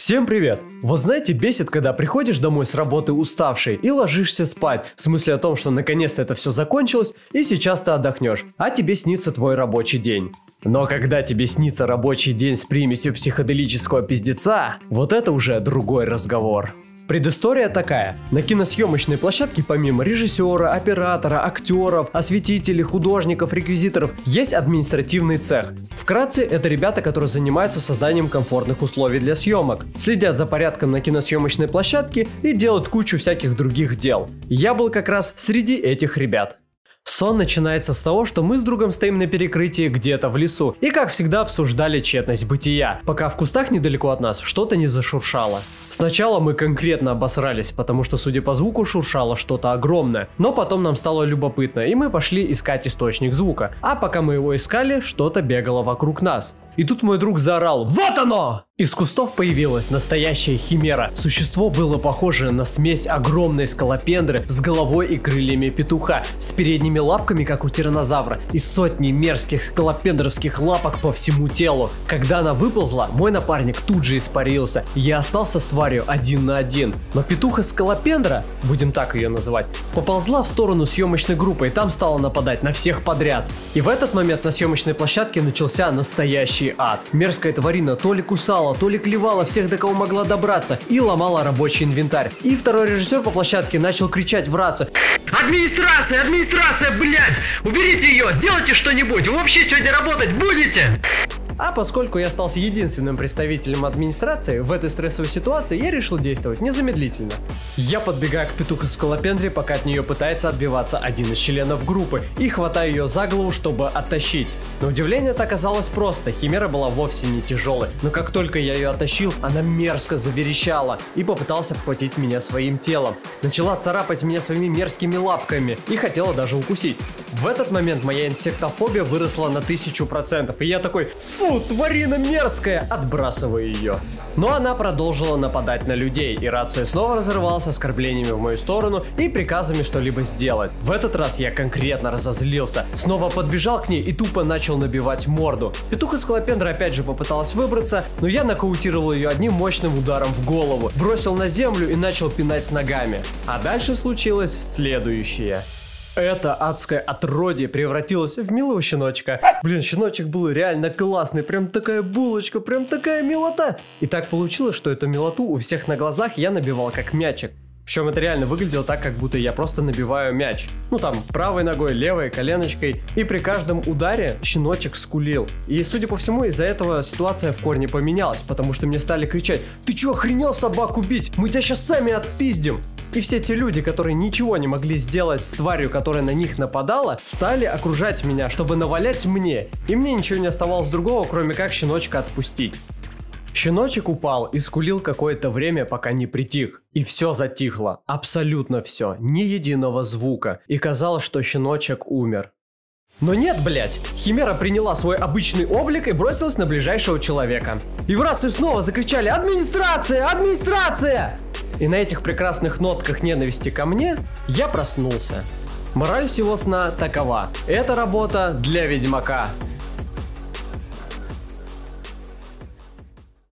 Всем привет! Вот знаете, бесит, когда приходишь домой с работы уставший и ложишься спать, с мыслью о том, что наконец-то это все закончилось и сейчас ты отдохнешь, а тебе снится твой рабочий день. Но когда тебе снится рабочий день с примесью психоделического пиздеца, вот это уже другой разговор. Предыстория такая. На киносъемочной площадке помимо режиссера, оператора, актеров, осветителей, художников, реквизиторов есть административный цех. Вкратце, это ребята, которые занимаются созданием комфортных условий для съемок, следят за порядком на киносъемочной площадке и делают кучу всяких других дел. Я был как раз среди этих ребят. Сон начинается с того, что мы с другом стоим на перекрытии где-то в лесу и, как всегда, обсуждали тщетность бытия, пока в кустах недалеко от нас что-то не зашуршало. Сначала мы конкретно обосрались, потому что, судя по звуку, шуршало что-то огромное, но потом нам стало любопытно, и мы пошли искать источник звука, а пока мы его искали, что-то бегало вокруг нас. И тут мой друг заорал: «Вот оно!» Из кустов появилась настоящая химера. Существо было похоже на смесь огромной скалопендры с головой и крыльями петуха, с передними лапками, как у тираннозавра, и сотней мерзких скалопендровских лапок по всему телу. Когда она выползла, мой напарник тут же испарился, и я остался с тварью один на один. Но петуха-скалопендра, будем так ее называть, поползла в сторону съемочной группы и там стала нападать на всех подряд. И в этот момент на съемочной площадке начался настоящий ад. Мерзкая тварина то ли кусала, то ли клевала всех, до кого могла добраться, и ломала рабочий инвентарь. И второй режиссер по площадке начал кричать в рацию: «Администрация, администрация, блять! Уберите ее, сделайте что-нибудь, вы вообще сегодня работать будете?» А поскольку я остался единственным представителем администрации в этой стрессовой ситуации, я решил действовать незамедлительно. Я подбегаю к петуху-скалопендре, пока от нее пытается отбиваться один из членов группы, и хватаю ее за голову, чтобы оттащить. На удивление это оказалось просто, химера была вовсе не тяжелой, но как только я ее оттащил, она мерзко заверещала и попыталась обхватить меня своим телом. Начала царапать меня своими мерзкими лапками и хотела даже укусить. В этот момент моя инсектофобия выросла на 1000%, и я такой: «Фу, тварина мерзкая!» Отбрасываю ее. Но она продолжила нападать на людей, и рация снова разорвалась оскорблениями в мою сторону и приказами что-либо сделать. В этот раз я конкретно разозлился, снова подбежал к ней и тупо начал набивать морду. Петуха-скалопендра опять же попыталась выбраться, но я нокаутировал ее одним мощным ударом в голову, бросил на землю и начал пинать с ногами. А дальше случилось следующее. Это адское отродье превратилось в милого щеночка. Блин, щеночек был реально классный, прям такая булочка, прям такая милота. И так получилось, что эту милоту у всех на глазах я набивал как мячик. Причем это реально выглядело так, как будто я просто набиваю мяч. Ну там, правой ногой, левой, коленочкой. И при каждом ударе щеночек скулил. И судя по всему, из-за этого ситуация в корне поменялась, потому что мне стали кричать: «Ты чё, охренел собаку бить? Мы тебя сейчас сами отпиздим!» И все те люди, которые ничего не могли сделать с тварью, которая на них нападала, стали окружать меня, чтобы навалять мне. И мне ничего не оставалось другого, кроме как щеночка отпустить. Щеночек упал и скулил какое-то время, пока не притих. И все затихло. Абсолютно все. Ни единого звука. И казалось, что щеночек умер. Но нет, блять! Химера приняла свой обычный облик и бросилась на ближайшего человека. И в рацию снова закричали: «Администрация! Администрация!» И на этих прекрасных нотках ненависти ко мне я проснулся. Мораль всего сна такова: это работа для ведьмака.